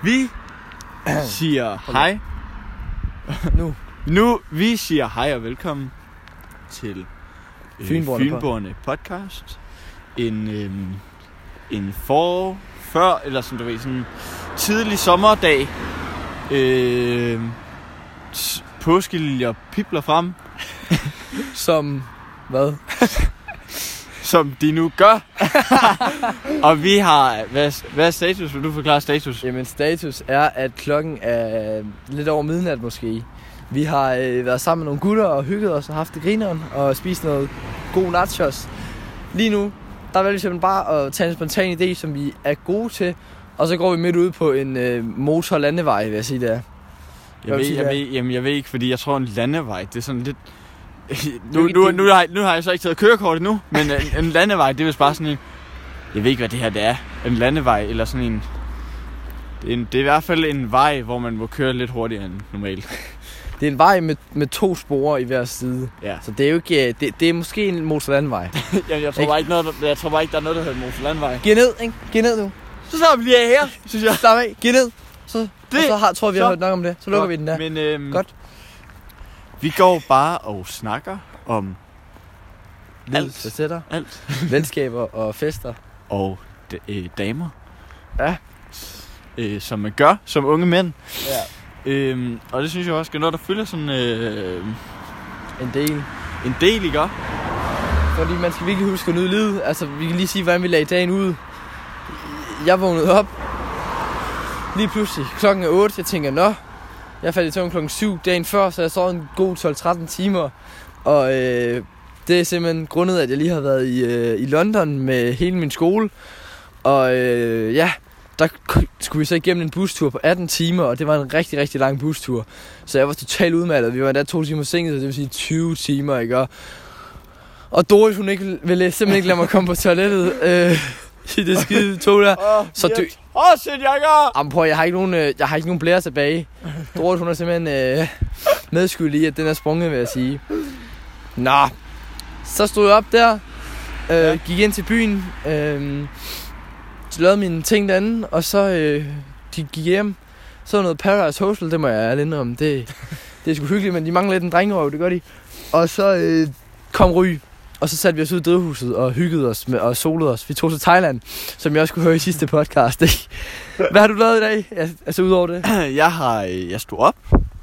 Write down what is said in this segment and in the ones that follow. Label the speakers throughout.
Speaker 1: Vi siger hej. Vi siger hej og velkommen til Fynboerne podcast. En før eller sådan du ved sådan tidlig sommerdag. Påskeliljer pipler frem.
Speaker 2: Som hvad?
Speaker 1: Som de nu gør. Og vi har hvad er status? Vil du forklare status?
Speaker 2: Jamen status er at klokken er lidt over midnat måske. Vi har været sammen med nogle gutter og hygget os og haft det grineren og spist noget god nachos. Lige nu der vælger vi simpelthen bare at tage en spontan idé som vi er gode til. Og så går vi midt ud på en motorlandevej, vil jeg sige det er.
Speaker 1: Jeg ved ikke, fordi jeg tror en landevej, det er sådan lidt... Nu har jeg så ikke taget kørekort endnu, men en landevej, det er vist bare sådan en... Jeg ved ikke, hvad det her det er. En landevej, eller sådan en... Det er i hvert fald en vej, hvor man må køre lidt hurtigere end normalt.
Speaker 2: Det er en vej med 2 spor i hver side.
Speaker 1: Ja.
Speaker 2: Så det er jo ikke... Det er måske en motorlandevej.
Speaker 1: Jeg tror bare ikke, der er noget, der hedder en motorlandvej.
Speaker 2: Giv ned, ikke? Giv ned nu.
Speaker 1: Så slapper vi lige af her, synes jeg.
Speaker 2: Slap af. Giv ned. Så tror vi har hørt nok om det. Så lukker vi den der.
Speaker 1: Men,
Speaker 2: godt.
Speaker 1: Vi går bare og snakker om
Speaker 2: alt. Venskaber og fester.
Speaker 1: Og damer.
Speaker 2: Ja.
Speaker 1: Som man gør som unge mænd.
Speaker 2: Ja.
Speaker 1: Og det synes jeg også er noget, der fylder sådan...
Speaker 2: En del.
Speaker 1: En del, ikke?
Speaker 2: Fordi man skal virkelig huske at nyde livet. Altså, vi kan lige sige, hvordan vi lagde dagen ud. Jeg vågnede op. Lige pludselig. Klokken er 8. Jeg tænker, jeg faldt i søvn klokken 7 dagen før, så jeg sov en god 12-13 timer. Og det er simpelthen grundet, at jeg lige har været i London med hele min skole. Og der skulle vi så igennem en bustur på 18 timer, og det var en rigtig, rigtig lang bustur. Så jeg var totalt udmattet. Vi var der 2 timer senere, så det vil sige 20 timer, ikke? Og Doris, hun ville simpelthen ikke lade mig komme på toilettet i det skide tog der.
Speaker 1: Shit, Jakob!
Speaker 2: Jamen prøv, jeg har ikke nogen blære tilbage. Doris, hun er simpelthen medskyldig i, at den er sprunget, vil jeg sige. Nå, så stod jeg op der, gik ind til byen, lavede mine ting derinde, og så gik hjem. Så noget Paradise Hotel, det må jeg ærligt indrømme. Det er sgu hyggeligt, men de mangler lidt en drengerøv, det gør de. Og så kom Ry, og så satte vi os ud i drivhuset og hyggede os og solede os. Vi tog til Thailand, som jeg også kunne høre i sidste podcast. Ikke? Hvad har du lavet i dag? Altså udover det?
Speaker 1: Jeg stod op.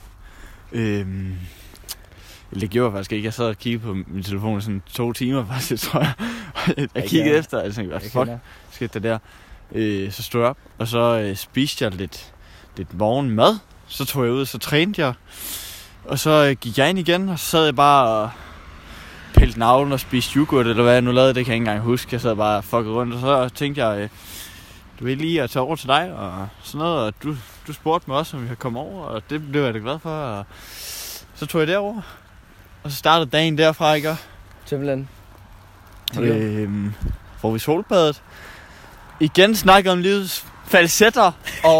Speaker 1: Det gjorde jeg faktisk ikke. Jeg sad og kiggede på min telefon i sådan 2 timer faktisk, tror jeg. Jeg kiggede efter, og jeg tænkte, hvad fuck skete der der? Så stod jeg op, og så spiste jeg lidt morgenmad. Så tog jeg ud, og så trænede jeg. Og så gik jeg ind igen, og så sad jeg bare og pælte navlen og spiste yoghurt, eller hvad jeg nu lavede, det kan jeg ikke engang huske. Jeg sad bare og fuckede rundt, og så tænkte jeg, du vil lige at tage over til dig, og sådan noget, og du spurgte mig også, om vi har kommet over, og det blev jeg da glad for, og så tog jeg derover. Og så startede dagen derfra, ikke?
Speaker 2: Simpelthen.
Speaker 1: Hvor vi solbadet. Igen snakkede om livets falsetter,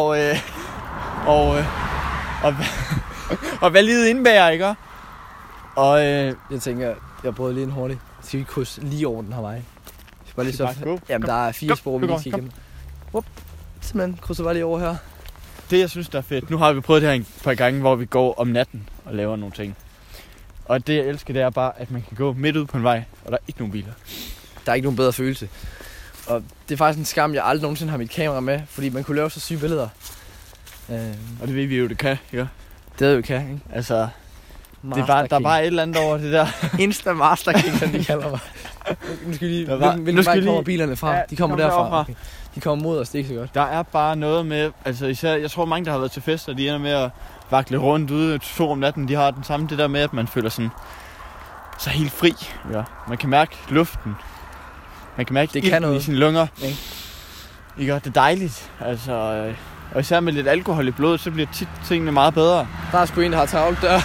Speaker 1: og hvad livet indebærer, ikke? Og
Speaker 2: jeg tænker, jeg prøvede lige en hurtig. Skal vi krydse lige over den her vej? Bare lige så. Jamen, der er 4 spor, vi lige skal igennem. Simpelthen, krydser bare lige over her.
Speaker 1: Det, jeg synes, der er fedt. Nu har vi prøvet det her et par gange, hvor vi går om natten og laver nogle ting. Og det, jeg elsker, det er bare, at man kan gå midt ud på en vej, og der er ikke nogen biler.
Speaker 2: Der er ikke nogen bedre følelse. Og det er faktisk en skam, jeg aldrig nogensinde har mit kamera med, fordi man kunne lave så syge billeder.
Speaker 1: Og det ved vi jo, det kan, ikke?
Speaker 2: Det ved vi kan, ikke?
Speaker 1: Altså, det er bare, der er bare et eller andet over det der.
Speaker 2: Insta Master King, som de kalder mig. Nu skal lige... Hvilken vej kommer bilerne fra? Ja, de kommer derfra. Okay. De kommer mod os, det er ikke så godt.
Speaker 1: Der er bare noget med... Altså især, jeg tror mange, der har været til fester, de ender med at vakle rundt ude 2 om natten. De har den samme, det der med, at man føler sådan... Så helt fri. Ja. Man kan mærke luften. Man kan mærke ilten i sine lunger. Ja. Ikke? Det er dejligt. Altså... Og især med lidt alkohol i blodet, så bliver tingene meget bedre.
Speaker 2: Der er sgu en, der har travlt der.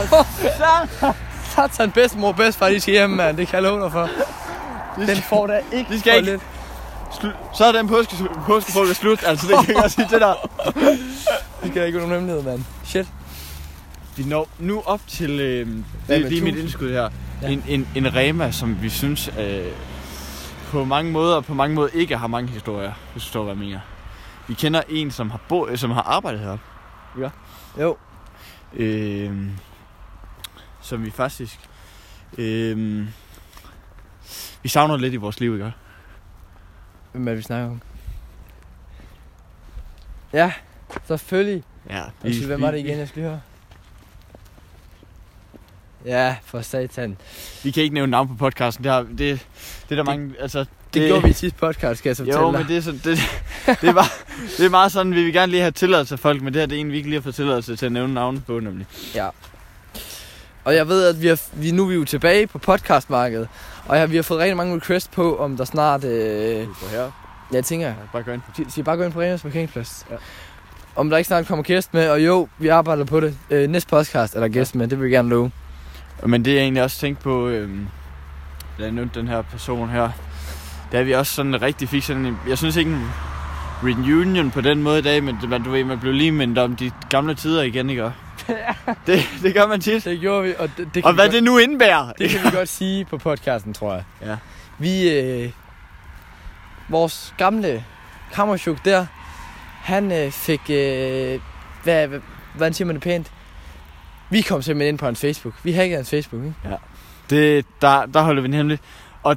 Speaker 2: Så tager en bedstemor og bedstfar, de skal hjem, mand. Det kan jeg love dig for. Den får da ikke
Speaker 1: de skal ikke. Lidt. Så er den påskefrokost slut. Altså, det kan jeg også sige til dig.
Speaker 2: Det skal ikke være nogen hemmelighed, mand. Shit.
Speaker 1: Vi når nu op til... det er lige mit indskud her. Ja. En Rema, som vi synes... på mange måder ikke har mange historier. Hvis du forstår, hvad jeg mener. Vi kender en, som har arbejdet heroppe. Ja.
Speaker 2: Jo.
Speaker 1: Som vi faktisk... vi savner lidt i vores liv, ikke?
Speaker 2: Hvem er det, vi snakker om? Ja, selvfølgelig.
Speaker 1: Ja.
Speaker 2: Hvem var det igen, jeg skulle høre? Ja, for satan.
Speaker 1: Vi kan ikke nævne navn på podcasten. Det er der mange... Altså,
Speaker 2: det gjorde vi i sidste podcast, skal jeg så fortælle dig.
Speaker 1: Men det er sådan... Det er meget sådan, vi vil gerne lige have tilladelse af folk, men det her det er en, vi ikke lige har fået tilladelse til at nævne navnet på, nemlig.
Speaker 2: Ja. Og jeg ved, at nu er vi jo tilbage på podcastmarkedet, og vi har fået rigtig mange requests på, om der snart...
Speaker 1: her. Ja,
Speaker 2: jeg tænker...
Speaker 1: Bare gå ind.
Speaker 2: Skal I bare gå ind på Renas parkeringsplads? Ja. Om der ikke snart kommer gæst med, og jo, vi arbejder på det. Næste podcast er der gæst med, det vil vi gerne love.
Speaker 1: Men det er egentlig også tænkt på, da jeg nævnte den her person her, der er vi også sådan rigtig fik sådan en, jeg synes ikke en reunion på den måde i dag, men du ved, man blev lige mindet om de gamle tider igen, ikke? Det gør man tit.
Speaker 2: Det gjorde vi,
Speaker 1: og hvad det nu indebærer.
Speaker 2: Det kan vi godt sige på podcasten, tror jeg.
Speaker 1: Ja.
Speaker 2: Vi, vores gamle kammerchuk der, han fik, hvad siger man det pænt? Vi kom simpelthen ind på hans Facebook. Vi hackede hans Facebook, ikke?
Speaker 1: Ja. Der holder vi den hemmelig. Og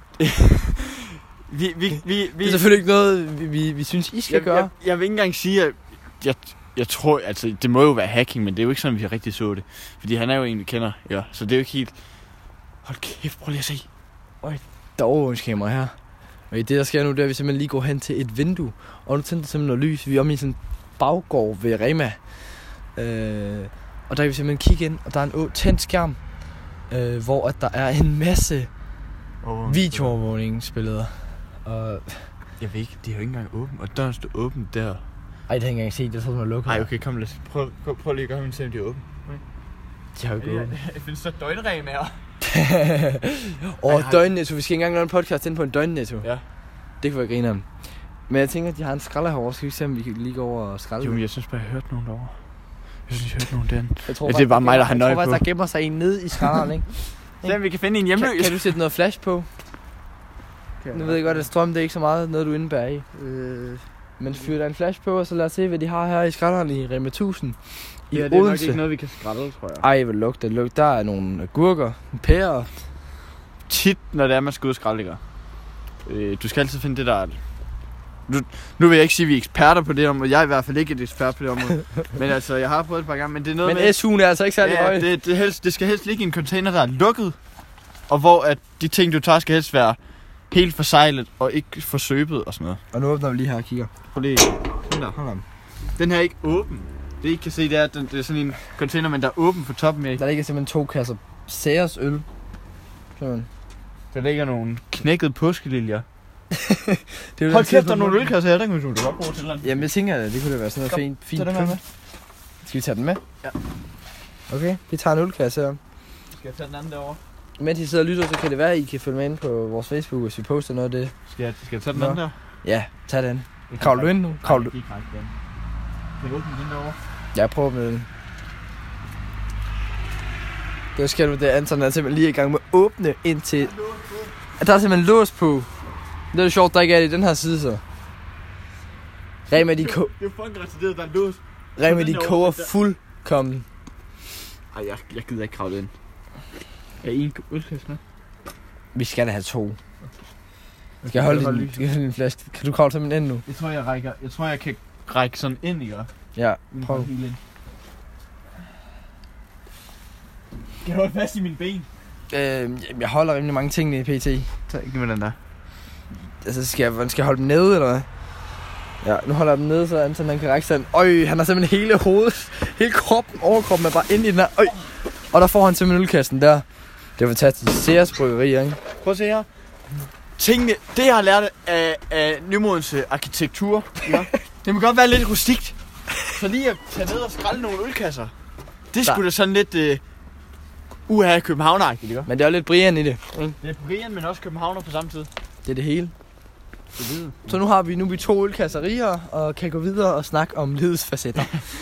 Speaker 1: vi
Speaker 2: det er selvfølgelig ikke noget, vi synes, I skal gøre.
Speaker 1: Jeg vil ikke engang sige, at jeg tror, altså det må jo være hacking, men det er jo ikke sådan, vi rigtig så det. Fordi han er jo en, vi kender, ja. Så det er jo ikke helt... Hold kæft, prøv lige at se.
Speaker 2: Øj, der er overvågningskamera her. Og det der sker nu, det er, at vi simpelthen lige går hen til et vindue. Og nu tænder der simpelthen noget lys. Vi er omme i sådan en baggård ved Rema. Og der kan vi simpelthen kigge ind, og der er en tændt skærm, hvor at der er en masse videoovervågningsbilleder. Og
Speaker 1: jeg ved ikke, det er jo ikke engang åbent. Og døren står åbent der.
Speaker 2: Ej, det har jeg ikke engang set. Jeg tror, den var lukket.
Speaker 1: Ej, okay, kom lidt. Prøv lige at gøre, se om de er åbent.
Speaker 2: De har jo ikke åbent.
Speaker 1: Jeg finder så døgnrem her.
Speaker 2: Døgnnetto. Vi skal ikke engang lave en podcast ind på en døgnnetto.
Speaker 1: Ja.
Speaker 2: Det kunne jeg grine om. Men jeg tænker, at de har en skralder herovre. Skal vi se, om vi kan lige gå over og skralde?
Speaker 1: Jo, men jeg synes bare, jeg hørte nogen derovre. Jeg synes, jeg hørte nogen derinde.
Speaker 2: Det er bare mig, der har nøje på. Jeg tror faktisk, der gemmer sig en ned i skralderen, ikke?
Speaker 1: Se, om vi kan finde en hjemløs.
Speaker 2: Kan du sætte noget flash på? Nu ved jeg godt, at strøm det er ikke så meget noget, du indebærer i. Men fyr der en flash på, og så lad os se, hvad de har her i skralderen i Rema 1000. I
Speaker 1: det er nok ikke noget, vi kan skralde, tror jeg.
Speaker 2: Ej, hvor lugter det. Der er nogle agurker, pærer.
Speaker 1: Tit, når det er, man skal ud og skralde, ikke? Du skal altid finde det, der er... Nu vil jeg ikke sige, at vi er eksperter på det område. Jeg er i hvert fald ikke et ekspert på det område. Men altså, jeg har prøvet et par gange. Men det er noget
Speaker 2: men SU'en er altså ikke særlig høj.
Speaker 1: Det skal helst ligge i en container, der er lukket. Og hvor at de ting, du tager, skal helst være helt forsejlet og ikke forsøbet og sådan noget.
Speaker 2: Og nu åbner vi lige her og kigger.
Speaker 1: Prøv lige. Den her er ikke åben. Det I ikke kan se, det er, at det er sådan en container, men der er åben på toppen af.
Speaker 2: Der ligger simpelthen 2 kasser Ceres øl. Sådan.
Speaker 1: Der ligger nogle knækkede påskeliljer. Hold kæft, der er nogle ølkasser her, der kan vi godt bruge til noget.
Speaker 2: Jamen jeg tænker, det kunne da være sådan noget fint. Med. Skal vi tage den med?
Speaker 1: Ja.
Speaker 2: Okay, vi tager en ølkasse her.
Speaker 1: Skal jeg tage den anden derovre?
Speaker 2: Mens I sidder og lytter, så kan det være, at I kan følge med ind på vores Facebook, hvis vi poster noget af det.
Speaker 1: Skal jeg tage den anden der?
Speaker 2: Ja, tag den. Kravl du ind nu? Kravl du.
Speaker 1: Kan du åbne den derovre?
Speaker 2: Ja, jeg prøver med den. Det sker nu, det Anton er simpelthen lige i gang med at åbne ind til... Der er simpelthen lås på. Det er jo sjovt, der ikke er det i den her side, så. Rema, de koger...
Speaker 1: Det er fucking retarderet, der er lås.
Speaker 2: Rema, de koger fuldkommen.
Speaker 1: Ej, jeg gider ikke kravle ind. Er I en ølkasse med?
Speaker 2: Vi skal da have 2. Skal jeg holde din flaske? Kan du kravle simpelthen ind nu?
Speaker 1: Jeg tror, jeg kan række sådan ind, ikke?
Speaker 2: Ja, prøv.
Speaker 1: Kan du holde fast i mine ben?
Speaker 2: Jeg holder rimelig mange ting i PT.
Speaker 1: Så ikke med den der.
Speaker 2: Altså, skal jeg holde dem nede, eller hvad? Ja, nu holder jeg dem nede, så Anton han kan række sådan. Øj, han har simpelthen hele hovedet, hele kroppen, overkroppen er bare inde i den her. Øj. Og der får han simpelthen ølkassen der. Det er fantastisk. Ceres bryggeri, ikke?
Speaker 1: Prøv at se her. Tingene, det jeg har lært af nymodens arkitektur, ja. Det må godt være lidt rustikt. Så lige at tage ned og skralde nogle ølkasser. Det skulle da sådan lidt københavneragtigt, ikke?
Speaker 2: Men det er jo lidt Brian i det.
Speaker 1: Det er Brian, men også københavner på samme tid.
Speaker 2: Det er det hele. Så nu har vi 2 ølkasserier og kan gå videre og snakke om livets facetter.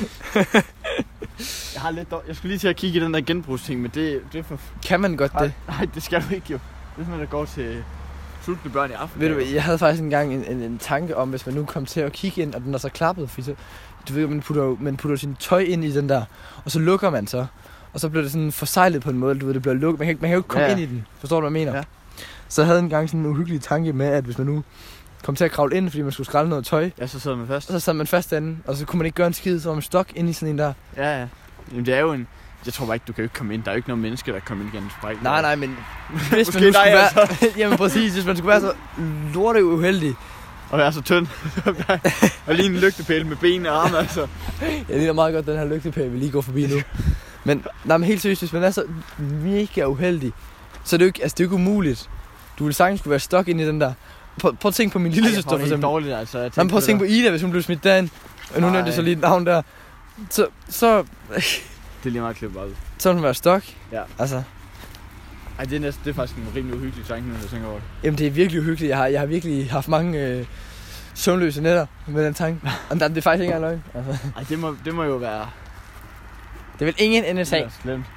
Speaker 1: Jeg skulle lige til at kigge i den der genbrugsting, men det er for...
Speaker 2: Kan man godt det?
Speaker 1: Nej, det skal du ikke jo. Det er sådan, der går til sultne børn i aften.
Speaker 2: Ved du, jeg havde faktisk engang en tanke om, hvis man nu kom til at kigge ind, og den er så klappet, fordi så, du ved, man putter sin tøj ind i den der, og så lukker man så, og så bliver det sådan forsejlet på en måde, du ved, det bliver lukket. Man kan jo ikke komme ind i den. Forstår du, hvad jeg mener? Ja. Så jeg havde engang sådan en uhyggelig tanke med, at hvis man nu kom til at kravle ind, fordi man skulle skrælle noget tøj.
Speaker 1: Ja, så sad man fast.
Speaker 2: Og så sad man fast derinde, og så kunne man ikke gøre en skid, så var man stok ind i sådan en der.
Speaker 1: Ja. Jamen, det er jo en... Jeg tror bare ikke, du kan jo ikke komme ind. Der er jo ikke nogen mennesker, der kommer ind igen.
Speaker 2: Nej, men hvis man nu skulle være... Jamen præcis, hvis man skulle være så lorte uheldig.
Speaker 1: Og være så tynd. Og lige en lygtepæl med ben og arme, altså.
Speaker 2: Jeg ligner meget godt den her lygtepæl, vi lige går forbi nu. Men helt seriøst, hvis man er så mega uheldig, så er det jo ikke, det er jo ikke umuligt. Du ville sagtens skulle være stok ind i den der. Prøv at tænke på min lille søster, for eksempel.
Speaker 1: Dårligt, altså.
Speaker 2: Prøv at tænke på Ida, hvis hun blev smidt derind. Og nu nævnte jeg så lige et navn der. Så
Speaker 1: det er lige meget klippet ud.
Speaker 2: Så vil hun være stok.
Speaker 1: Ja.
Speaker 2: Altså.
Speaker 1: Ej, det er faktisk en rimelig uhyggelig tanke, når jeg tænker over det.
Speaker 2: Jamen, det er virkelig uhyggeligt. Jeg har virkelig haft mange søvnløse nætter med den tanke. Og det er faktisk ikke engang løgn. Altså.
Speaker 1: Ej, det må jo være...
Speaker 2: Det er vel ingen NSA.
Speaker 1: Det er slemt.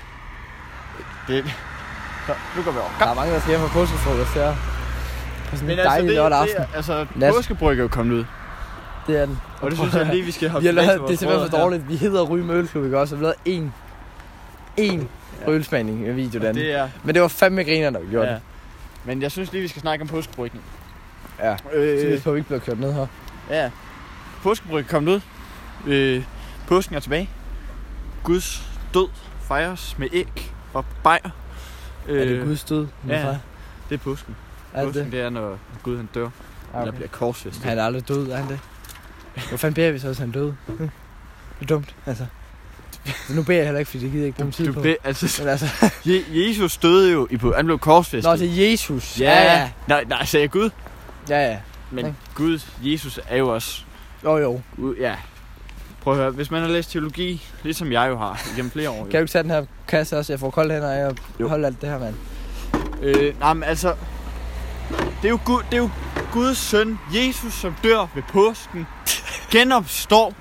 Speaker 1: Okay. Så, nu går vi over.
Speaker 2: Der er mange, der skal hjem på påskefrokost her. På sådan en dejlig lørdag aften.
Speaker 1: Altså, påskebryg er jo kommet ud.
Speaker 2: Det er den.
Speaker 1: Og det synes jeg lige, vi skal have...
Speaker 2: Det er simpelthen for dårligt. Vi hedder Ryge Mølklub, ikke også? Og vi har lavet én rølsmagning i video den. Men det var fandme griner, der gjorde det.
Speaker 1: Men jeg synes lige, vi skal snakke om påskebryggen.
Speaker 2: Ja, så hvis vi ikke bliver kørt ned her.
Speaker 1: Ja, påskebryg er kommet ud. Påsken er tilbage. Guds død fejres med æg og bajer.
Speaker 2: Er det Guds død?
Speaker 1: Ja, det er påsken. Påsken, det er, når Gud han dør. Okay. Eller bliver korsfæstet.
Speaker 2: Han er aldrig død, er han det? Hvor fanden beder vi så, hvis han døde? Det er dumt, altså. Så nu beder jeg heller ikke, fordi det gider ikke bruge tid på.
Speaker 1: Altså, Jesus døde jo, han blev korsfæstet.
Speaker 2: Nå, det er Jesus.
Speaker 1: Ja. Nej, sagde jeg Gud?
Speaker 2: Ja.
Speaker 1: Men Gud, Jesus er jo også...
Speaker 2: Jo.
Speaker 1: Ja. Prøv at høre, hvis man har læst teologi, ligesom jeg jo har, gennem flere år...
Speaker 2: Kan du ikke tage den her kasse også? Jeg får kolde hænder af at holde alt det her, mand.
Speaker 1: Nej, men altså... Det er jo Guds søn, Jesus, som dør ved påsken, genopstår,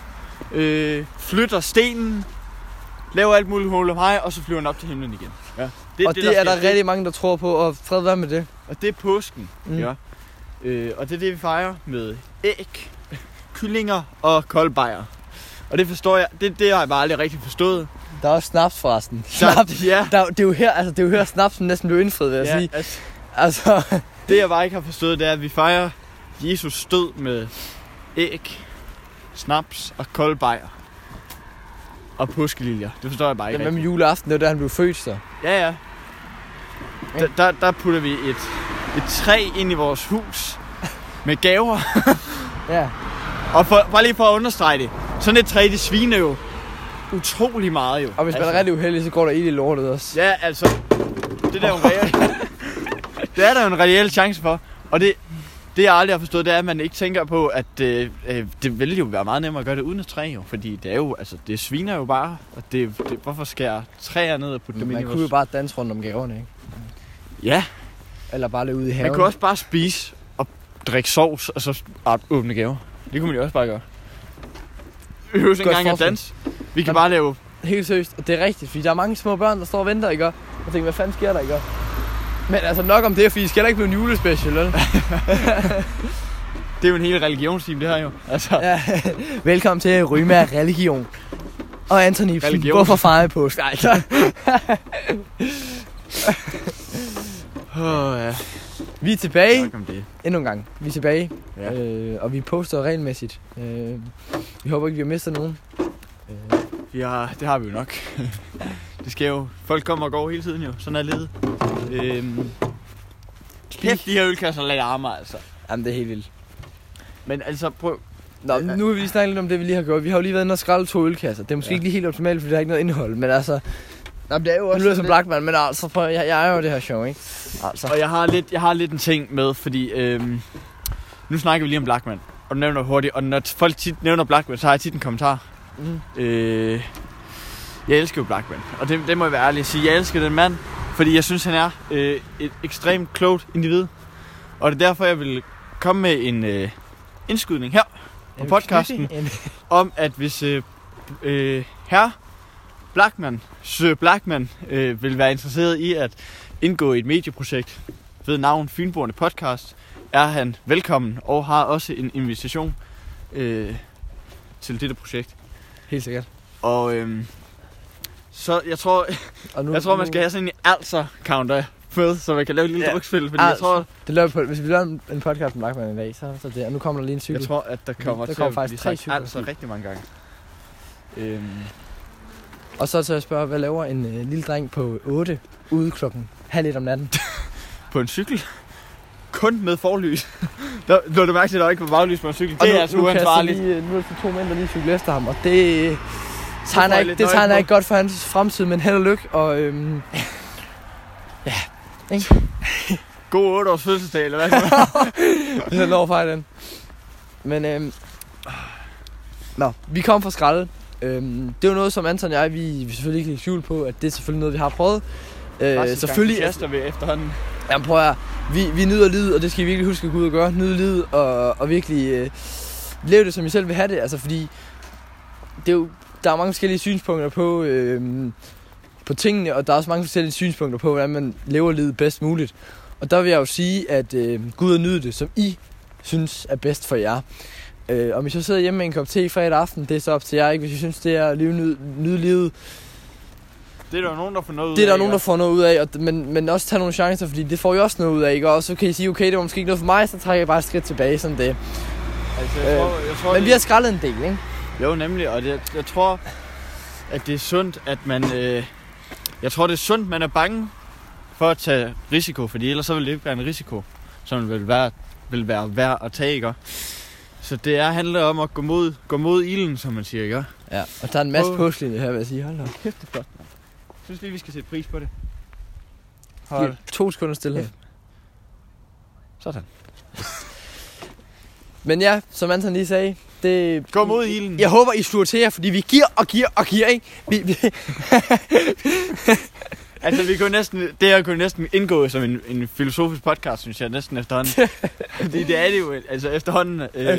Speaker 1: flytter stenen, laver alt muligt hul om hej, og så flyver han op til himlen igen. Ja.
Speaker 2: Det er der rigtig mange, der tror på, og fred være med det.
Speaker 1: Og det er påsken, ja. Og det er det, vi fejrer med æg, kyllinger og koldbajer. Og det forstår jeg, det har jeg bare aldrig rigtig forstået.
Speaker 2: Der er også snaps forresten. Snaps. Ja. Det er jo her snapsen næsten blev indfriet, vil jeg sige. Altså.
Speaker 1: Det jeg bare ikke har forstået, det er, at vi fejrer Jesus død med æg, snaps og koldbajer. Og påskeliljer. Det forstår jeg bare ikke.
Speaker 2: Hvad med juleaften, det var der han blev født så?
Speaker 1: Ja. Der putter vi et træ ind i vores hus med gaver.
Speaker 2: Ja.
Speaker 1: Og bare lige for at understrege det. Sådan et træ, det sviner jo utrolig meget jo.
Speaker 2: Og hvis man er rigtig uheldig, så går der ild i lortet også.
Speaker 1: Ja, altså. Det er jo det er der jo en reel chance for. Og det jeg aldrig har forstået, det er, at man ikke tænker på, at det vil jo være meget nemmere at gøre det uden et træ jo. Fordi det er jo, altså det sviner jo bare. Og hvorfor skære træer ned og putte dem ind i vores...
Speaker 2: Man kunne jo bare danse rundt om gaverne, ikke?
Speaker 1: Ja.
Speaker 2: Eller bare løbe ud i haven.
Speaker 1: Man kunne også bare spise og drikke sovs, og så åbne gaver. Det kunne man jo også bare gøre. Vi behøver ikke engang at danse. Vi kan bare lave...
Speaker 2: Helt seriøst, og det er rigtigt, fordi der er mange små børn, der står og venter, ikke? Og tænker, hvad fanden sker der, ikke? Men altså nok om det, fordi det skal da ikke blive en julespecial, eller?
Speaker 1: Det er jo en hel religionsteam, det her jo. Altså. Ja.
Speaker 2: Velkommen til Ryma Religion. Og Anthony, hvorfor fejrer på Skype?
Speaker 1: Ja.
Speaker 2: Vi er tilbage. Endnu en gang. Vi er tilbage. Ja. Og vi poster regelmæssigt. Vi håber ikke, vi har mistet nogen.
Speaker 1: Ja, det har vi jo nok. Det sker jo. Folk kommer og går hele tiden jo. Sådan er livet. Kæft, de her ølkasser larmer altså.
Speaker 2: Jamen, det er helt vildt.
Speaker 1: Men altså, prøv...
Speaker 2: Nå, nu vil vi lige snakke lidt om det, vi lige har gjort. Vi har jo lige været inde og skralde 2 ølkasser. Det er måske ikke lige helt optimalt, fordi der er ikke noget indhold. Men altså... Jamen, det er jo også... Det lyder som Blackman, men altså, prøv, jeg er jo det her show, ikke? Altså. Og
Speaker 1: jeg har lidt en ting med, fordi... nu snakker vi lige om Blackman. Og du nævner hurtigt. Og når folk tit nævner Blackman, så har jeg tit en kommentar. Jeg elsker jo Blackman. Og det må jeg være ærlig at sige. Jeg elsker den mand, fordi jeg synes, han er et ekstremt klogt individ. Og det er derfor, jeg vil komme med en indskydning her på podcasten. Om at hvis herr Blackman, Sir Blackman, vil være interesseret i at indgå i et medieprojekt, ved navn Fynboerne Podcast, er han velkommen og har også en invitation til dette projekt.
Speaker 2: Helt sikkert.
Speaker 1: Og så jeg tror, man skal have sådan en altså-counter med, så man kan lave et lille drukspil, fordi jeg tror...
Speaker 2: Det laver på, hvis vi laver en podcast med Markmann en dag, så det, og nu kommer der lige en cykel.
Speaker 1: Jeg tror, at der kommer til at blive sagt altså rigtig mange gange.
Speaker 2: Og så jeg spørge, hvad laver en lille dreng på 8 ude klokken 1:30 om natten?
Speaker 1: På en cykel? Kun med forlys. Lå du mærke til, at der ikke var baglys på en cykel? Det er altså uansvarligt.
Speaker 2: Nu er det 2 mænd, der lige cykler efter ham, og det tegner ikke godt for hans fremtid, men held og lykke, og ja, ikke?
Speaker 1: God 8 års fødselsdag, eller hvad?
Speaker 2: Det er lov for den. Men vi kom fra skralde. Det er jo noget, som Anton og jeg, vi selvfølgelig ikke lægger skjul på, at det er selvfølgelig noget, vi har prøvet. Selvfølgelig
Speaker 1: kaster vi efterhånden.
Speaker 2: Jamen prøv at vi nyder livet, og det skal vi virkelig huske at gå ud og gøre. Nyde livet og virkelig leve det, som I selv vil have det. Altså fordi det er jo, der er mange forskellige synspunkter på tingene, og der er også mange forskellige synspunkter på, hvordan man lever livet bedst muligt. Og der vil jeg jo sige, at gå ud og nyde det, som I synes er bedst for jer. Om I så sidder hjemme med en kop te fredag aften, det er så op til jer, ikke? Hvis I synes, det er at nyde livet.
Speaker 1: Det er der jo nogen, der får noget ud af.
Speaker 2: Det er der nogen, der får noget ud af, men også tage nogle chancer, fordi det får I også noget ud af, ikke? Og så kan I sige, okay, det var måske ikke noget for mig, så trækker jeg bare et skridt tilbage, sådan det.
Speaker 1: Altså, jeg tror,
Speaker 2: men vi har skrællet en del, ikke?
Speaker 1: Jo, nemlig, og jeg tror, at det er sundt, at man... jeg tror, det er sundt, man er bange for at tage risiko, fordi ellers så vil det ikke være en risiko, som vil være værd at tage, ikke? Så det handler om at gå mod ilden, som man siger, ikke?
Speaker 2: Ja, og der er en masse påslinje her, vil jeg sige. Hold da.
Speaker 1: Kæft, det er flot, man. Jeg synes lige, vi skal sætte pris på det.
Speaker 2: Hold. 2 sekunder stille.
Speaker 1: Sådan.
Speaker 2: Men ja, som Anton lige sagde, det...
Speaker 1: Gå mod ilden.
Speaker 2: Jeg håber, I slutter til jer, fordi vi giver, ikke?
Speaker 1: Altså, det her kunne næsten indgå som en filosofisk podcast, synes jeg, næsten efterhånden. det er det jo, altså efterhånden.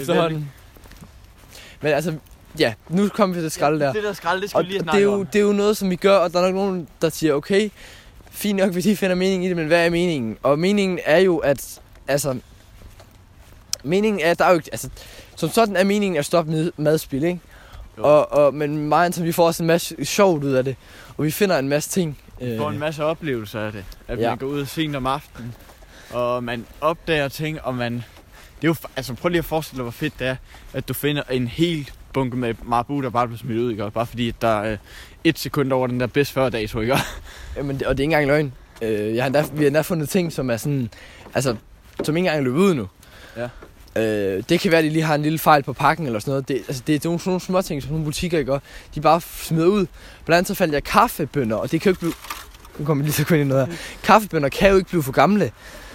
Speaker 2: Men altså, ja, nu kommer vi til skralde der.
Speaker 1: Det der skralde, det skal vi lige snakke om.
Speaker 2: Det er jo noget, som vi gør, og der er nok nogen, der siger, okay, fint nok, hvis I finder mening i det, men hvad er meningen? Og meningen er jo, at, altså, der er jo ikke, altså, som sådan er meningen at stoppe med madspil, ikke? Men meget, vi får også en masse sjovt ud af det, og vi finder en masse ting.
Speaker 1: Vi får en masse oplevelser af det, at man går ud sent om aftenen, og man opdager ting, og man... Det er jo, altså prøv lige at forestille dig, hvor fedt det er, at du finder en hel bunke med marabu, der bare bliver smidt ud, ikke? Bare fordi, at der er 1 sekund over den der bedst før dato, ikke?
Speaker 2: Jamen, og det er ikke engang løgn. Vi har endda fundet ting, som er sådan... Altså, som ikke engang løber ud nu.
Speaker 1: Ja.
Speaker 2: Det kan være, at de lige har en lille fejl på pakken eller sådan noget. Det er nogle små ting, som nogle butikker ikke gør. De bare smider ud. Blandt andet så faldt jeg kaffebønner, og det kan jo ikke blive... Nu kommer vi lige så kun ind i noget her. Kaffebønner kan jo ikke blive for gamle.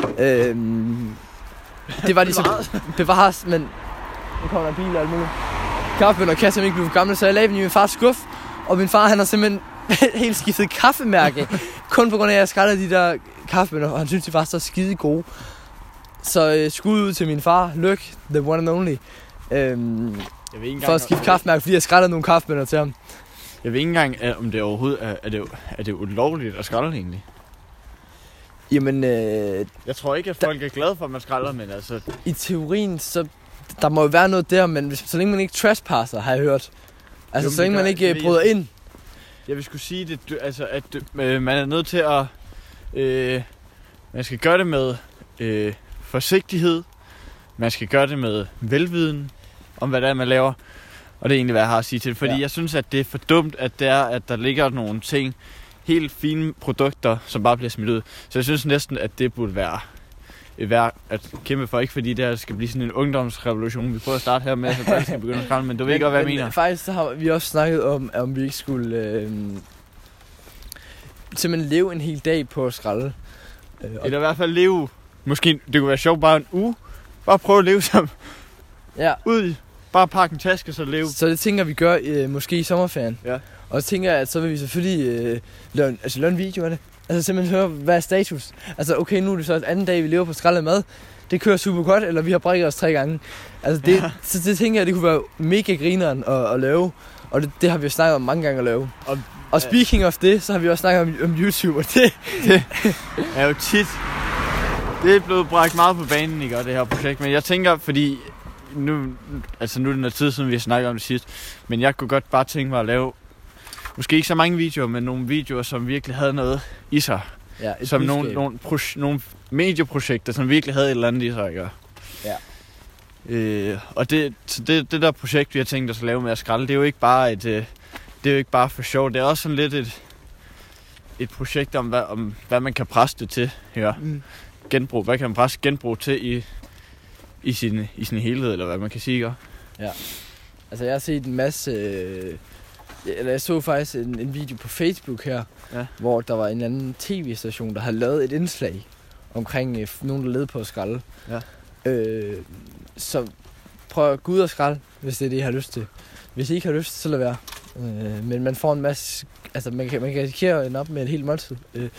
Speaker 2: Det var de så bevares, men... Nu kommer der en bil og alt muligt. Kaffebønner kan simpelthen ikke blive for gamle, så jeg lagde dem i min fars skuf. Og min far, han har simpelthen helt skiftet kaffemærke. Kun på grund af, at jeg skrællede de der kaffebønner, og han synes, de var så skide gode. Så skud ud til min far, Lyk, the one and only, for at skifte kaffemærke, fordi jeg skrællede nogle kaffebønner til ham.
Speaker 1: Jeg ved ikke engang, om det overhovedet er det ulovligt at skrælle egentlig.
Speaker 2: Jamen,
Speaker 1: jeg tror ikke, at folk er glade for, at man skræller, men altså...
Speaker 2: I teorien, så der må jo være noget der, men så længe man ikke trespasser, har jeg hørt. Altså, så længe man ikke bryder ind.
Speaker 1: Jeg vil skulle sige, at man er nødt til at... man skal gøre det med forsigtighed. Man skal gøre det med velviden om, hvad det er, man laver. Og det er egentlig, hvad jeg har at sige til det. Fordi jeg synes, at det er for dumt, at der ligger nogle ting, helt fine produkter, som bare bliver smidt ud. Så jeg synes næsten, at det burde være værd at kæmpe for. Ikke fordi det skal blive sådan en ungdomsrevolution. Vi prøver at starte her med, at folk skal begynde at skrælle, men du ved ikke, hvad jeg mener.
Speaker 2: Faktisk så har vi også snakket om vi ikke skulle simpelthen leve en hel dag på at skrælle.
Speaker 1: Eller i hvert fald leve. Måske det kunne være sjovt bare en uge. Bare prøve at leve som ud. Bare pakke en taske, så leve.
Speaker 2: Så det tænker vi gør måske i sommerferien. Ja. Og så tænker jeg, at så vil vi selvfølgelig lave en video af det. Altså simpelthen høre, hvad er status. Altså okay, nu er det så et anden dag, vi lever på skrællet mad. Det kører super godt, eller vi har brækket os 3 gange. Altså så det tænker jeg, det kunne være mega grineren at lave. Og det har vi jo snakket om mange gange at lave. Og speaking of det, så har vi også snakket om YouTube, og det
Speaker 1: er jo tit... Det er blevet bragt meget på banen, ikke, det her projekt. Men jeg tænker, fordi nu er det noget tid siden, vi har snakket om det sidst. Men jeg kunne godt bare tænke mig at lave, måske ikke så mange videoer, men nogle videoer, som virkelig havde noget i sig.
Speaker 2: Ja,
Speaker 1: som nogle medieprojekter, som virkelig havde et eller andet i sig, ikke?
Speaker 2: Ja.
Speaker 1: Og det der projekt, vi har tænkt os at lave med at skralde, det er jo ikke bare det er jo ikke bare for sjov. Det er også sådan lidt et projekt om hvad man kan presse det til her. Genbrug. Hvad kan man presse genbrug til i sin helhed, eller hvad man kan sige, ikke?
Speaker 2: Ja. Altså jeg har set en masse jeg så faktisk en video på Facebook her, hvor der var en anden tv-station, der havde lavet et indslag omkring nogen, der led på at skralde.
Speaker 1: Ja.
Speaker 2: Så prøv at gå ud og skralde, hvis det er det, I har lyst til. Hvis I ikke har lyst, så lad være. Men man får en masse... Altså, man kan risikere en op med et helt måltid.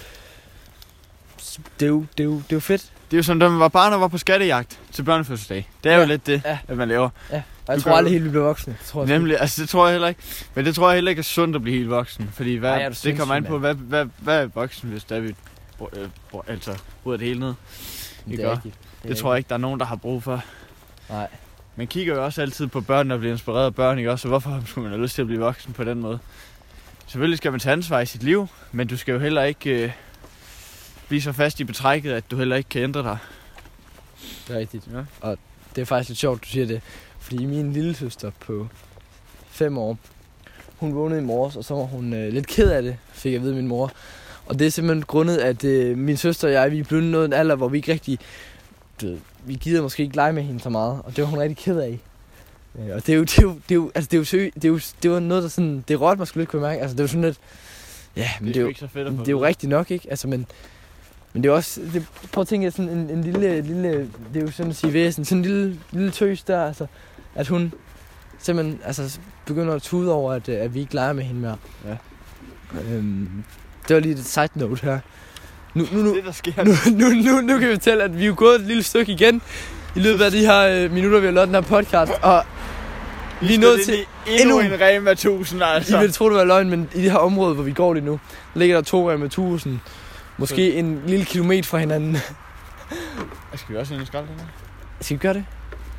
Speaker 2: Det er jo fedt.
Speaker 1: Det er jo sådan, da man var barn og var på skattejagt til børnefødselsdag. Det er jo lidt det, at man laver.
Speaker 2: Ja, og jeg tror aldrig helt, vi bliver voksne.
Speaker 1: Nemlig, altså det tror jeg heller ikke. Men det tror jeg heller ikke er sundt at blive helt voksen. Fordi det kommer an på, hvad er voksen, hvis der vi bryder det hele ned.
Speaker 2: Det er rigtigt.
Speaker 1: Det tror jeg ikke, der er nogen, der har brug for.
Speaker 2: Nej.
Speaker 1: Man kigger jo også altid på børn, der bliver inspireret af børn, ikke også? Så hvorfor skulle man have lyst til at blive voksen på den måde? Selvfølgelig skal man tage ansvar i sit liv, men du skal jo heller ikke blive så fast i betrækket, at du heller ikke kan ændre dig.
Speaker 2: Det er rigtigt. Ja. Og det er faktisk lidt sjovt, du siger det. Fordi min lille søster på 5 år, hun vågnede i morges, og så var hun lidt ked af det, fik jeg at vide min mor. Og det er simpelthen grundet, at min søster og jeg, vi er blevet nået en alder, hvor vi ikke rigtig... Vi gider måske ikke lege med hende så meget, og det var hun rigtig ked af. Og det er jo noget, der sådan... Det er råt, man skulle ikke kunne mærke. Altså, det er jo sådan lidt... Ja, men det er jo rigtigt nok, ikke? Altså, men det er også... prøv at tænke, sådan en lille... Det er jo sådan at sige væsen. Sådan en lille tøs der, altså... At hun simpelthen begynder at tude over, at vi ikke leger med hende mere.
Speaker 1: Ja.
Speaker 2: Det var lige et side note her. Nu kan vi fortælle, at vi er gået et lille stykke igen i løbet af de her minutter, vi har lavet den her podcast. Og vi er nået til
Speaker 1: endnu en Rema 1000, altså.
Speaker 2: I vil tro, det var løgn, men i det her område, hvor vi går lige nu, ligger der 2 Rema 1000. Måske en lille kilometer fra hinanden.
Speaker 1: Skal vi også ind i skralde?
Speaker 2: Skal vi gøre det?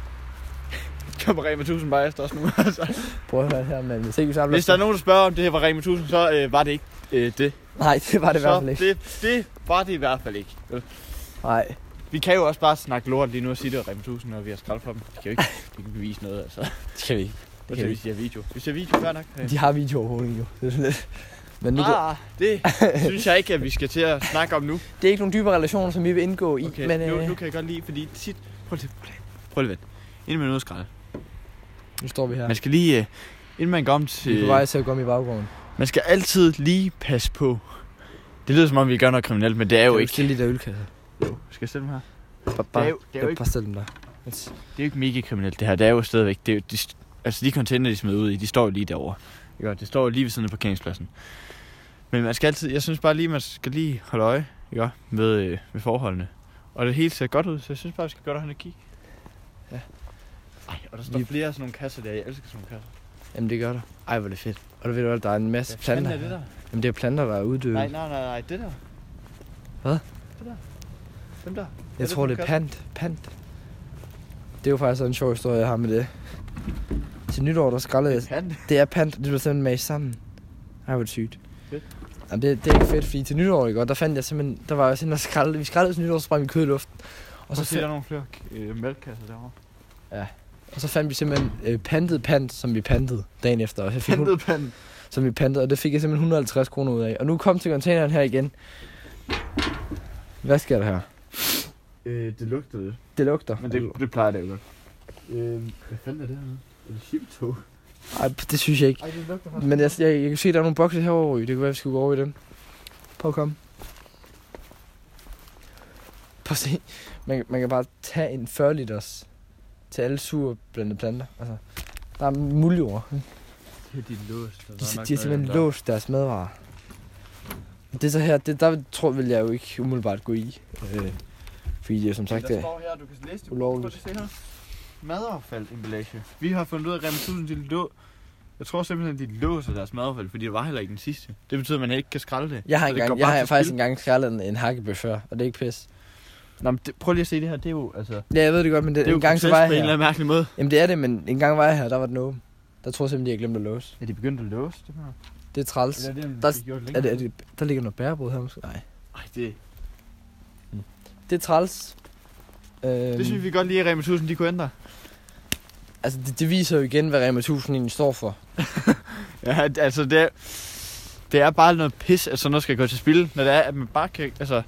Speaker 1: Kommer Rema 1000 bare efter os nu, altså.
Speaker 2: Prøv at høre her, men
Speaker 1: hvis der er nogen, der spørger, om det her var Rema 1000, så var det ikke det.
Speaker 2: Nej, det var det i hvert fald ikke.
Speaker 1: Det var det i hvert fald ikke.
Speaker 2: Nej.
Speaker 1: Vi kan jo også bare snakke lort lige nu og sige, det var Rema 1000, når vi har skraldet for dem. De kan jo ikke bevise noget, altså.
Speaker 2: Det kan vi ikke.
Speaker 1: Det kan vi sige video. Vi ser video før nok.
Speaker 2: De har video overhovedet ikke, jo. Det er lidt... Men nu
Speaker 1: det synes jeg ikke, at vi skal til at snakke om nu.
Speaker 2: Det er ikke nogen dybe relationer, som vi vil indgå i.
Speaker 1: Okay, men, nu kan jeg godt lide, fordi tit... Prøv lige vent. Inden man er ude at skralde.
Speaker 2: Nu står vi her.
Speaker 1: Man skal lige... Inden man går om til...
Speaker 2: Vi er på vej til at gå om i baggrunden.
Speaker 1: Man skal altid lige passe på. Det lyder som om, vi gør noget kriminelt, men det er jo ikke...
Speaker 2: Skal lige der ølkasse.
Speaker 1: Jo, skal jeg stille dem her?
Speaker 2: Det er jo ikke... Bare stille dem der.
Speaker 1: Det er jo ikke mega kriminelt, det her. Det er jo stadigvæk... Det er jo, de container, de smider ud i, de står jo lige derovre. Ikke? Det står jo lige ved siden af parkeringspladsen. Men man skal altid... Jeg synes bare lige, man skal lige holde øje, ikke? Ved forholdene. Og det hele ser godt ud, så jeg synes bare, vi skal gøre derhen og kigge. Ja. Ej, og der står flere af sådan nogle kasser der. Jeg elsker sådan nogle kasser.
Speaker 2: Jamen det gør der. Ej, hvor er det fedt. Og du ved, der er en masse planter.
Speaker 1: Hvad er det der?
Speaker 2: Jamen det er planter, der er uddøde.
Speaker 1: Nej, det der.
Speaker 2: Hvad?
Speaker 1: Det der. Dem der.
Speaker 2: Jeg tror, det er pant. Det er jo faktisk en sjov historie, jeg har med det. Til nytår, der skrællede jeg. Det er pant, det blev simpelthen med sammen. Ej, hvor er det sygt.
Speaker 1: Fedt.
Speaker 2: Jamen, det er ikke fedt, fordi til nytår, ikke? Og der fandt jeg simpelthen, der var sådan en skrællede. Vi skrællede til nytår, så sprang vi kød i luften.
Speaker 1: Og så der nogle flere mælkekasser derovre.
Speaker 2: Ja. Og så fandt vi simpelthen pantet pant, som vi pantede dagen efter. Og
Speaker 1: pantet pant?
Speaker 2: Som vi pantede, og det fik jeg simpelthen 150 kroner ud af. Og nu kom til containeren her igen. Hvad sker der her?
Speaker 1: Det lugter lidt.
Speaker 2: Det lugter.
Speaker 1: Men det plejer det jo godt. Hvad fanden er det her? Er det chiptog?
Speaker 2: Ej, det synes jeg ikke.
Speaker 1: Ej, det lugter faktisk.
Speaker 2: Men jeg kan se, at der er nogle bokse herovre. Det kan være, vi skal gå over i dem. Prøv at komme. Prøv at se. Man kan bare tage en 40 liters til alle surblandede planter. Altså, der er muljord.
Speaker 1: Det er de låst.
Speaker 2: De har simpelthen låst deres madvarer. Det er så her, der vil jeg jo ikke umiddelbart gå i. Fordi det er som sagt...
Speaker 1: Der står her, du kan læse det.
Speaker 2: Ulovligt.
Speaker 1: Madaffald-emballage. Vi har fundet ud af, at Rema 1000 jeg tror simpelthen, de låser deres madaffald, fordi det var heller ikke den sidste. Det betyder, at man ikke kan skralde det.
Speaker 2: Jeg har faktisk engang skrællet en hakkebøf før, og det er ikke pis.
Speaker 1: Nå, men prøv lige at se det her, det er jo, altså...
Speaker 2: Ja, jeg ved det godt, men
Speaker 1: det er
Speaker 2: en gang så var jeg
Speaker 1: på en
Speaker 2: her.
Speaker 1: eller anden mærkelig måde.
Speaker 2: Jamen det er det, men en gang var jeg her, der var den åben. Der tror jeg simpelthen, de har glemt at låse.
Speaker 1: Er de begyndt at låse det her?
Speaker 2: Det er træls.
Speaker 1: Eller
Speaker 2: Der ligger noget bærebrød her måske? Nej.
Speaker 1: det...
Speaker 2: Det er træls.
Speaker 1: Det synes vi godt lige, at Rema 1000 de kunne ændre.
Speaker 2: Altså, det viser jo igen, hvad Rema 1000 egentlig står for.
Speaker 1: Ja, altså det er bare noget pis, at sådan noget skal gå til spil, når det er, at man bare kan, altså...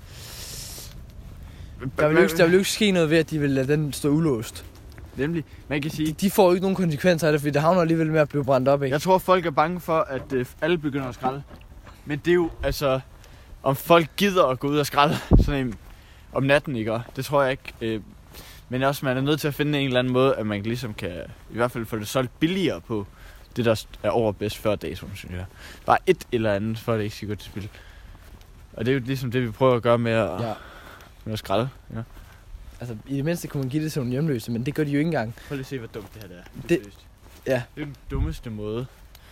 Speaker 2: Der vil jo ikke ske noget ved, at de vil lade den stå ulåst.
Speaker 1: Nemlig, man kan sige...
Speaker 2: De får jo ikke nogen konsekvenser af det, fordi det havner alligevel med at blive brændt op, ikke?
Speaker 1: Jeg tror, folk er bange for, at alle begynder at skralde. Men det er jo, altså... Om folk gider at gå ud og skralde sådan en om natten, ikke? Det tror jeg ikke. Men også, man er nødt til at finde en eller anden måde, at man ligesom kan... I hvert fald få det solgt billigere på det, der er over bedst før dato, synes jeg. Bare et eller andet, for at det ikke skal gå til spil. Og det er jo ligesom det, vi prøver at gøre med at skralde. Ja.
Speaker 2: Altså, i det mindste kunne man give det til nogle hjemløse, men det gør de jo ikke engang.
Speaker 1: Prøv lige at se, hvor dumt det her er.
Speaker 2: Ja.
Speaker 1: Det er den dummeste måde.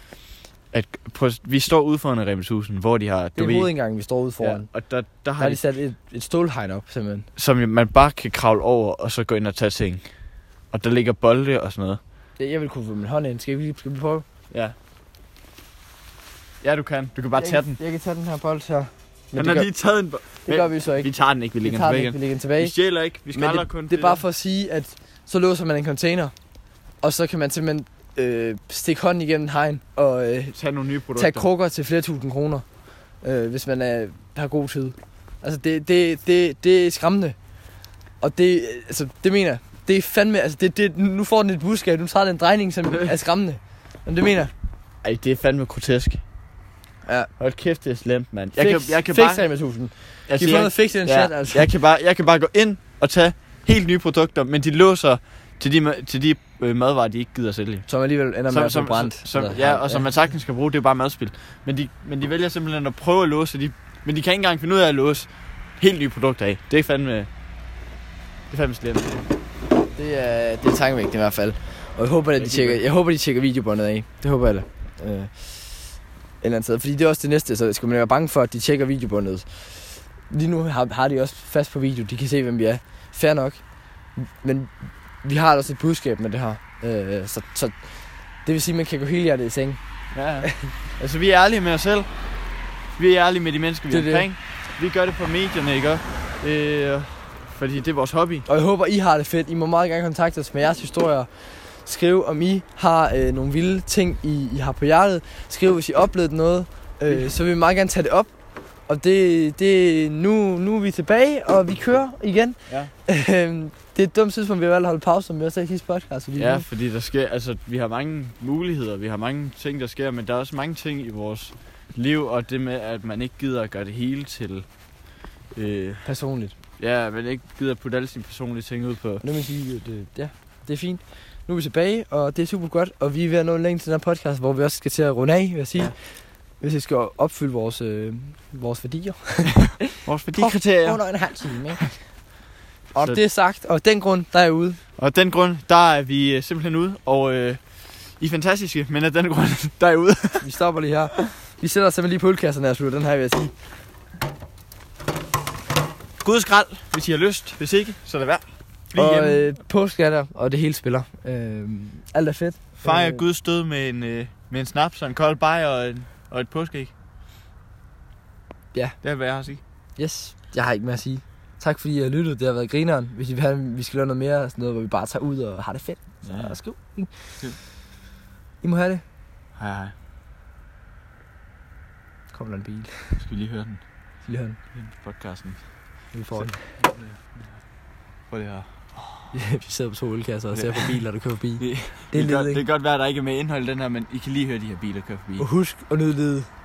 Speaker 1: Vi står ude foran en Rema 1000, hvor de har...
Speaker 2: Det er hovedindgangen, vi står ude foran.
Speaker 1: Ja, og der
Speaker 2: har de sat et stålhegn op, simpelthen.
Speaker 1: Som man bare kan kravle over, og så gå ind og tage ting. Og der ligger bolde og sådan noget.
Speaker 2: Jeg vil kunne få min hånd ind. Skal vi prøve?
Speaker 1: Ja. Ja, du kan. Du kan bare tage den.
Speaker 2: Jeg kan tage den her bold her.
Speaker 1: Men han har lige taget en bold.
Speaker 2: Det gør vi så ikke.
Speaker 1: Vi tager den ikke, vi lægger den tilbage. Vi stjæler ikke, vi skralder kun.
Speaker 2: Det er bare for at sige, at så låser man en container, og så kan man simpelthen stikke hånden igennem hegn og
Speaker 1: tage nogle nye produkter.
Speaker 2: Tage krukker til flere tusind kroner, hvis man har god tid. Altså det er skræmmende. Og det mener jeg. Det er fandme, altså nu får den et budskab, nu tager den en drejning, som er skræmmende. Men det mener jeg.
Speaker 1: Ej, det er fandme grotesk.
Speaker 2: Ja.
Speaker 1: Hold kæft, det er slemt, mand.
Speaker 2: Jeg kan bare... Med 1000. Altså, de får noget fix i den chat, altså.
Speaker 1: Jeg kan bare gå ind og tage helt nye produkter, men de låser til de madvarer, de ikke gider sælge.
Speaker 2: Som alligevel ender med at blive brændt.
Speaker 1: Som man sagtens skal bruge, det er bare madspil. Men de vælger simpelthen at prøve at låse men de kan ikke engang finde ud af at låse helt nye produkter af. Det er fandme slemt.
Speaker 2: Det er tankevækkende i hvert fald. Og jeg håber, de tjekker videobåndet af. Det håber jeg da. Et eller andet sted. Fordi det er også det næste, så skal man være bange for, at de tjekker videobåndet. Lige nu har de også fast på video. De kan se, hvem vi er. Fair nok. Men vi har også et budskab med det her. Så det vil sige, at man kan gå hele hjertet i seng.
Speaker 1: Ja. Altså, vi er ærlige med os selv. Vi er ærlige med de mennesker, vi er omkring. Vi gør det på medierne, ikke? Fordi det er vores hobby.
Speaker 2: Og jeg håber, I har det fedt. I må meget gerne kontakte os med jeres historier. Skriv, om I har nogle vilde ting, I har på hjertet. Skriv, hvis I oplevede noget. Så vil vi meget gerne tage det op. Og nu er vi tilbage, og vi kører igen.
Speaker 1: Ja.
Speaker 2: Det er et dumt tidspunkt, vi har valgt at holde pause, men også ikke sidste podcast.
Speaker 1: Fordi der sker, altså, vi har mange muligheder, vi har mange ting, der sker, men der er også mange ting i vores liv, og det med, at man ikke gider at gøre det hele til...
Speaker 2: personligt.
Speaker 1: Ja, men ikke gider at putte alle sine personlige ting ud på...
Speaker 2: Nu vil jeg sige, at det er fint. Nu er vi tilbage, og det er super godt, og vi er ved at nå længe til den her podcast, hvor vi også skal til at runde af, vil jeg sige. Ja. Hvis vi skal opfylde vores værdier.
Speaker 1: Vores værdikriterier.
Speaker 2: Under en halv time, ikke? Og det er sagt, og den grund, der er jeg ude.
Speaker 1: Og den grund, der er vi simpelthen ude, og I er fantastiske, men af den grund, der er jeg ude.
Speaker 2: Vi stopper lige her. Vi sætter os simpelthen lige på ølkasserne og slutter den her, vil jeg sige.
Speaker 1: God skrald, hvis I har lyst. Hvis ikke, så lad være.
Speaker 2: Og påskatter, og det hele spiller. Alt er fedt.
Speaker 1: Fejrer Guds død med en snaps og en kold bajer og et påskeæg.
Speaker 2: Ja.
Speaker 1: Det er, hvad jeg har at sige.
Speaker 2: Yes, jeg har ikke mere at sige. Tak fordi I har lyttet. Det har været grineren. Hvis I vil have, vi skal lave noget mere, sådan noget, hvor vi bare tager ud og har det fedt. Så skriv. I må have det.
Speaker 1: Hej.
Speaker 2: Kom der en bil.
Speaker 1: Skal vi lige høre den?
Speaker 2: Lige høre den.
Speaker 1: Podcasten.
Speaker 2: Vi får den.
Speaker 1: Prøv det her.
Speaker 2: Vi sidder på 2 ølkasser og ser på biler, der kører forbi.
Speaker 1: Det kan godt være, at der ikke er med indhold i den her, men I kan lige høre de her biler køre forbi.
Speaker 2: Og husk at nyde livet.